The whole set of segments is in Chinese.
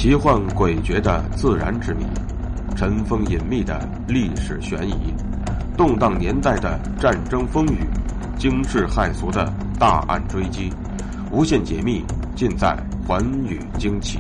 奇幻诡谲的自然之谜，尘封隐秘的历史悬疑，动荡年代的战争风雨，惊世骇俗的大案追击，无限解密尽在寰宇惊奇。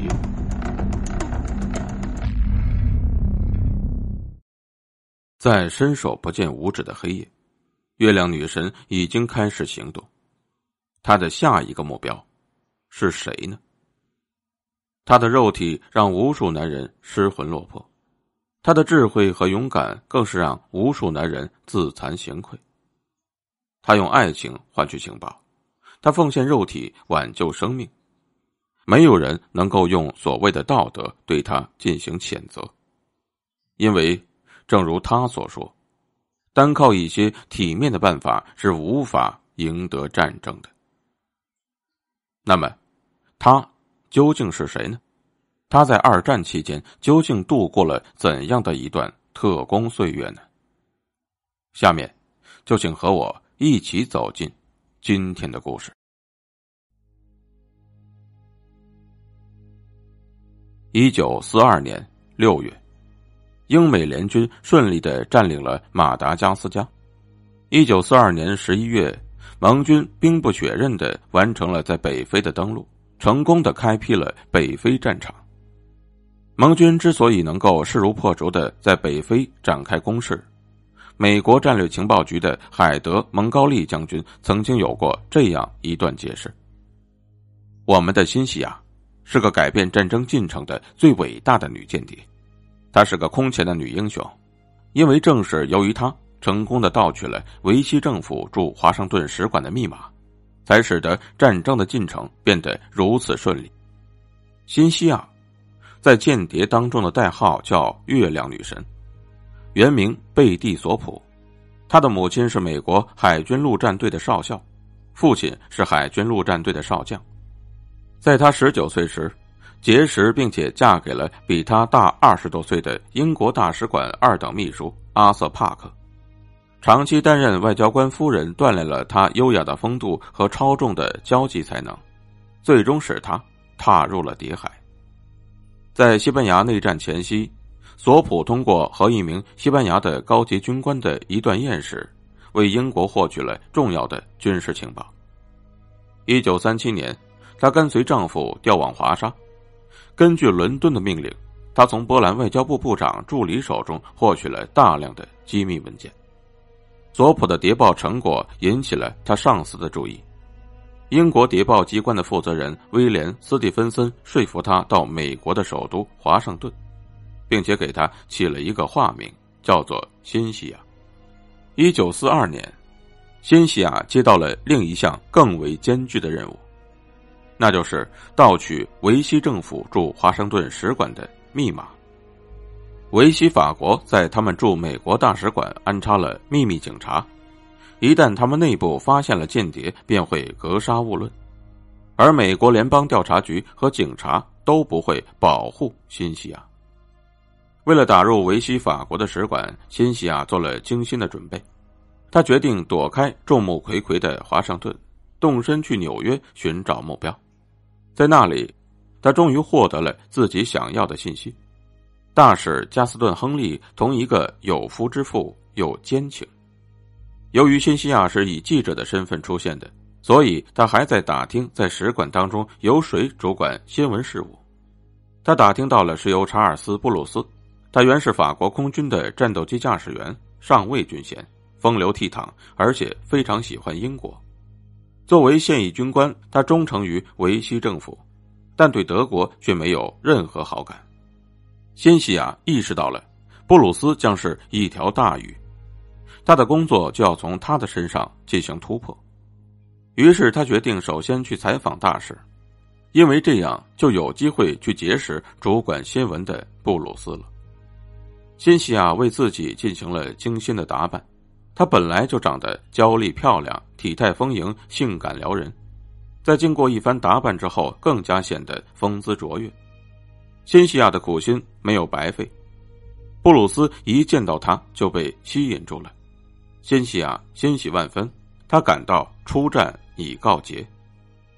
在伸手不见五指的黑夜，月亮女神已经开始行动。她的下一个目标是谁呢？她的肉体让无数男人失魂落魄，她的智慧和勇敢更是让无数男人自惭形愧。她用爱情换取情报，她奉献肉体挽救生命。没有人能够用所谓的道德对她进行谴责，因为正如她所说，单靠一些体面的办法是无法赢得战争的。那么她究竟是谁呢？他在二战期间究竟度过了怎样的一段特工岁月呢？下面就请和我一起走进今天的故事。1942年6月，英美联军顺利地占领了马达加斯加。1942年11月，盟军兵不血刃地完成了在北非的登陆，成功地开辟了北非战场。盟军之所以能够势如破竹地在北非展开攻势，美国战略情报局的海德·蒙高利将军曾经有过这样一段解释：我们的辛西娅是个改变战争进程的最伟大的女间谍，她是个空前的女英雄，因为正是由于她成功地盗取了维希政府驻华盛顿使馆的密码，才使得战争的进程变得如此顺利。辛西娅在间谍当中的代号叫月亮女神，原名贝蒂·索普，她的母亲是美国海军陆战队的少校，父亲是海军陆战队的少将。在她19岁时，结识并且嫁给了比她大20多岁的英国大使馆2等秘书阿瑟·帕克。长期担任外交官夫人锻炼了她优雅的风度和超重的交际才能，最终使她踏入了谍海。在西班牙内战前夕，索普通过和一名西班牙的高级军官的一段验识，为英国获取了重要的军事情报。1937年，她跟随丈夫调往华沙，根据伦敦的命令，她从波兰外交部部长助理手中获取了大量的机密文件。索普的谍报成果引起了他上司的注意，英国谍报机关的负责人威廉·斯蒂芬森说服他到美国的首都华盛顿，并且给他起了一个化名，叫做辛西娅。1942年，辛西娅接到了另一项更为艰巨的任务，那就是盗取维希政府驻华盛顿使馆的密码。维希法国在他们驻美国大使馆安插了秘密警察，一旦他们内部发现了间谍，便会格杀勿论，而美国联邦调查局和警察都不会保护辛西娅。为了打入维希法国的使馆，辛西娅做了精心的准备。他决定躲开众目睽睽的华盛顿，动身去纽约寻找目标。在那里，他终于获得了自己想要的信息。大使加斯顿·亨利同一个有夫之妇有奸情。由于辛西娅是以记者的身份出现的，所以他还在打听在使馆当中由谁主管新闻事务。他打听到了是由查尔斯·布鲁斯，他原是法国空军的战斗机驾驶员，上尉军衔，风流倜傥，而且非常喜欢英国。作为现役军官，他忠诚于维希政府，但对德国却没有任何好感。辛西娅意识到了布鲁斯将是一条大鱼，他的工作就要从他的身上进行突破。于是他决定首先去采访大使，因为这样就有机会去结识主管新闻的布鲁斯了。辛西娅为自己进行了精心的打扮，她本来就长得娇丽漂亮，体态丰盈，性感撩人，在经过一番打扮之后，更加显得风姿卓越。辛西娅的苦心没有白费，布鲁斯一见到她就被吸引住了。辛西娅欣喜万分，她感到出战已告捷。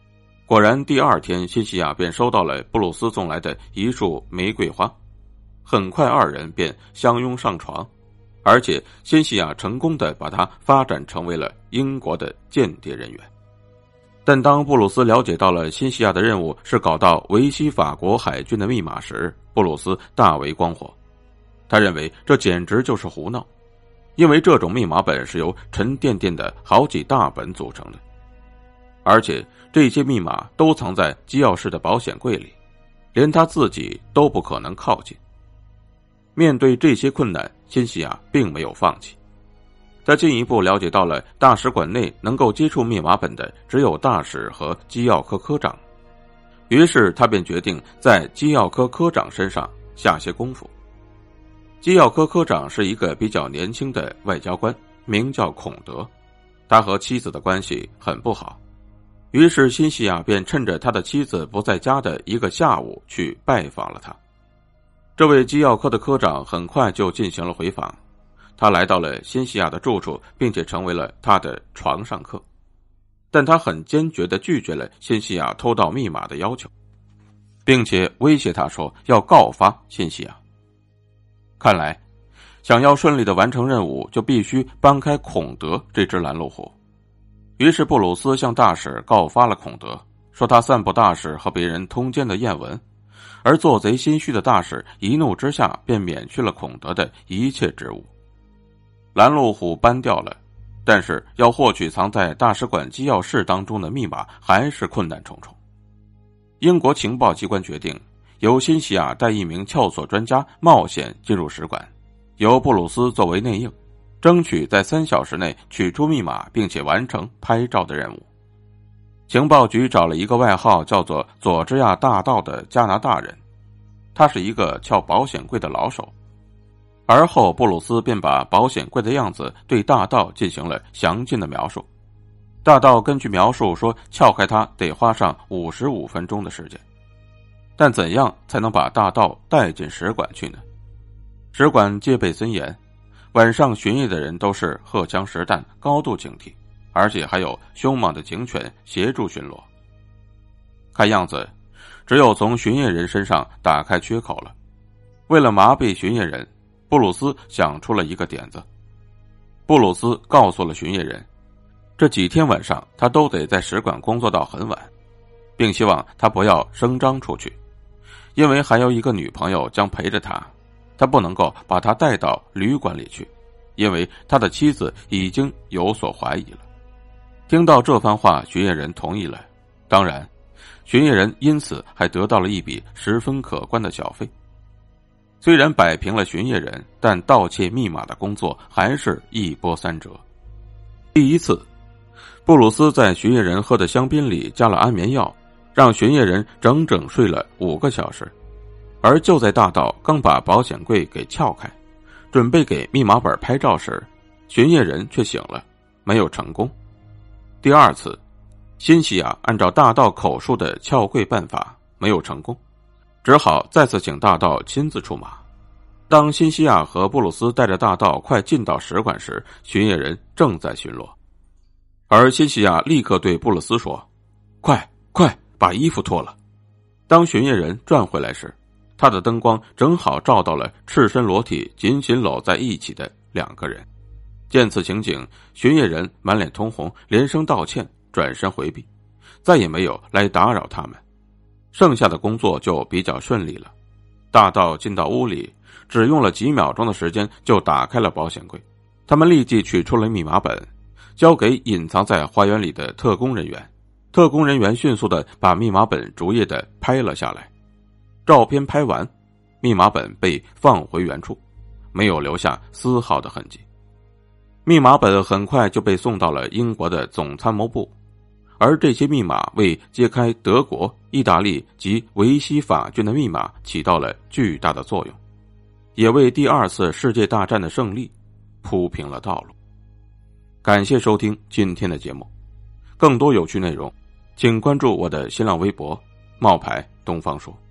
果然第二天，辛西娅便收到了布鲁斯送来的一束玫瑰花。很快二人便相拥上床，而且辛西娅成功地把他发展成为了英国的间谍人员。但当布鲁斯了解到了辛西娅的任务是搞到维西法国海军的密码时，布鲁斯大为光火。他认为这简直就是胡闹，因为这种密码本是由沉甸甸的好几大本组成的，而且这些密码都藏在机要室的保险柜里，连他自己都不可能靠近。面对这些困难，辛西娅并没有放弃。他进一步了解到了大使馆内能够接触密码本的只有大使和机要科科长，于是他便决定在机要科科长身上下些功夫。机要科科长是一个比较年轻的外交官，名叫孔德，他和妻子的关系很不好，于是辛西娅便趁着他的妻子不在家的一个下午去拜访了他。这位机要科的科长很快就进行了回访，他来到了辛西娅的住处，并且成为了他的床上客，但他很坚决地拒绝了辛西娅偷盗密码的要求，并且威胁他说要告发辛西娅。看来想要顺利地完成任务，就必须搬开孔德这只拦路虎。于是布鲁斯向大使告发了孔德，说他散布大使和别人通奸的谚文，而做贼心虚的大使一怒之下便免去了孔德的一切职务。拦路虎搬掉了，但是要获取藏在大使馆机要室当中的密码还是困难重重。英国情报机关决定由辛西娅带一名撬锁专家冒险进入使馆，由布鲁斯作为内应，争取在3小时内取出密码并且完成拍照的任务。情报局找了一个外号叫做佐治亚大盗的加拿大人，他是一个撬保险柜的老手。而后布鲁斯便把保险柜的样子对大盗进行了详尽的描述。大盗根据描述说撬开它得花上55分钟的时间，但怎样才能把大盗带进使馆去呢？使馆戒备森严，晚上巡夜的人都是荷枪实弹，高度警惕，而且还有凶猛的警犬协助巡逻。看样子只有从巡夜人身上打开缺口了。为了麻痹巡夜人，布鲁斯想出了一个点子。布鲁斯告诉了巡夜人，这几天晚上他都得在使馆工作到很晚，并希望他不要声张出去，因为还有一个女朋友将陪着他，他不能够把她带到旅馆里去，因为他的妻子已经有所怀疑了。听到这番话，巡夜人同意了，当然巡夜人因此还得到了一笔十分可观的小费。虽然摆平了巡夜人，但盗窃密码的工作还是一波三折。第一次，布鲁斯在巡夜人喝的香槟里加了安眠药，让巡夜人整整睡了5个小时。而就在大盗刚把保险柜给撬开，准备给密码本拍照时，巡夜人却醒了，没有成功。第二次，辛西娅按照大盗口述的撬柜办法没有成功，只好再次请大盗亲自出马。当辛西娅和布鲁斯带着大盗快进到使馆时，巡夜人正在巡逻，而辛西娅立刻对布鲁斯说：“快把衣服脱了。”当巡夜人转回来时，他的灯光正好照到了赤身裸体紧紧搂在一起的2个人。见此情景，巡夜人满脸通红，连声道歉，转身回避，再也没有来打扰他们。剩下的工作就比较顺利了。大盗进到屋里，只用了几秒钟的时间就打开了保险柜。他们立即取出了密码本，交给隐藏在花园里的特工人员。特工人员迅速地把密码本逐页地拍了下来。照片拍完，密码本被放回原处，没有留下丝毫的痕迹。密码本很快就被送到了英国的总参谋部，而这些密码为揭开德国、意大利及维希法军的密码起到了巨大的作用，也为第2次世界大战的胜利铺平了道路。感谢收听今天的节目，更多有趣内容请关注我的新浪微博冒牌东方说。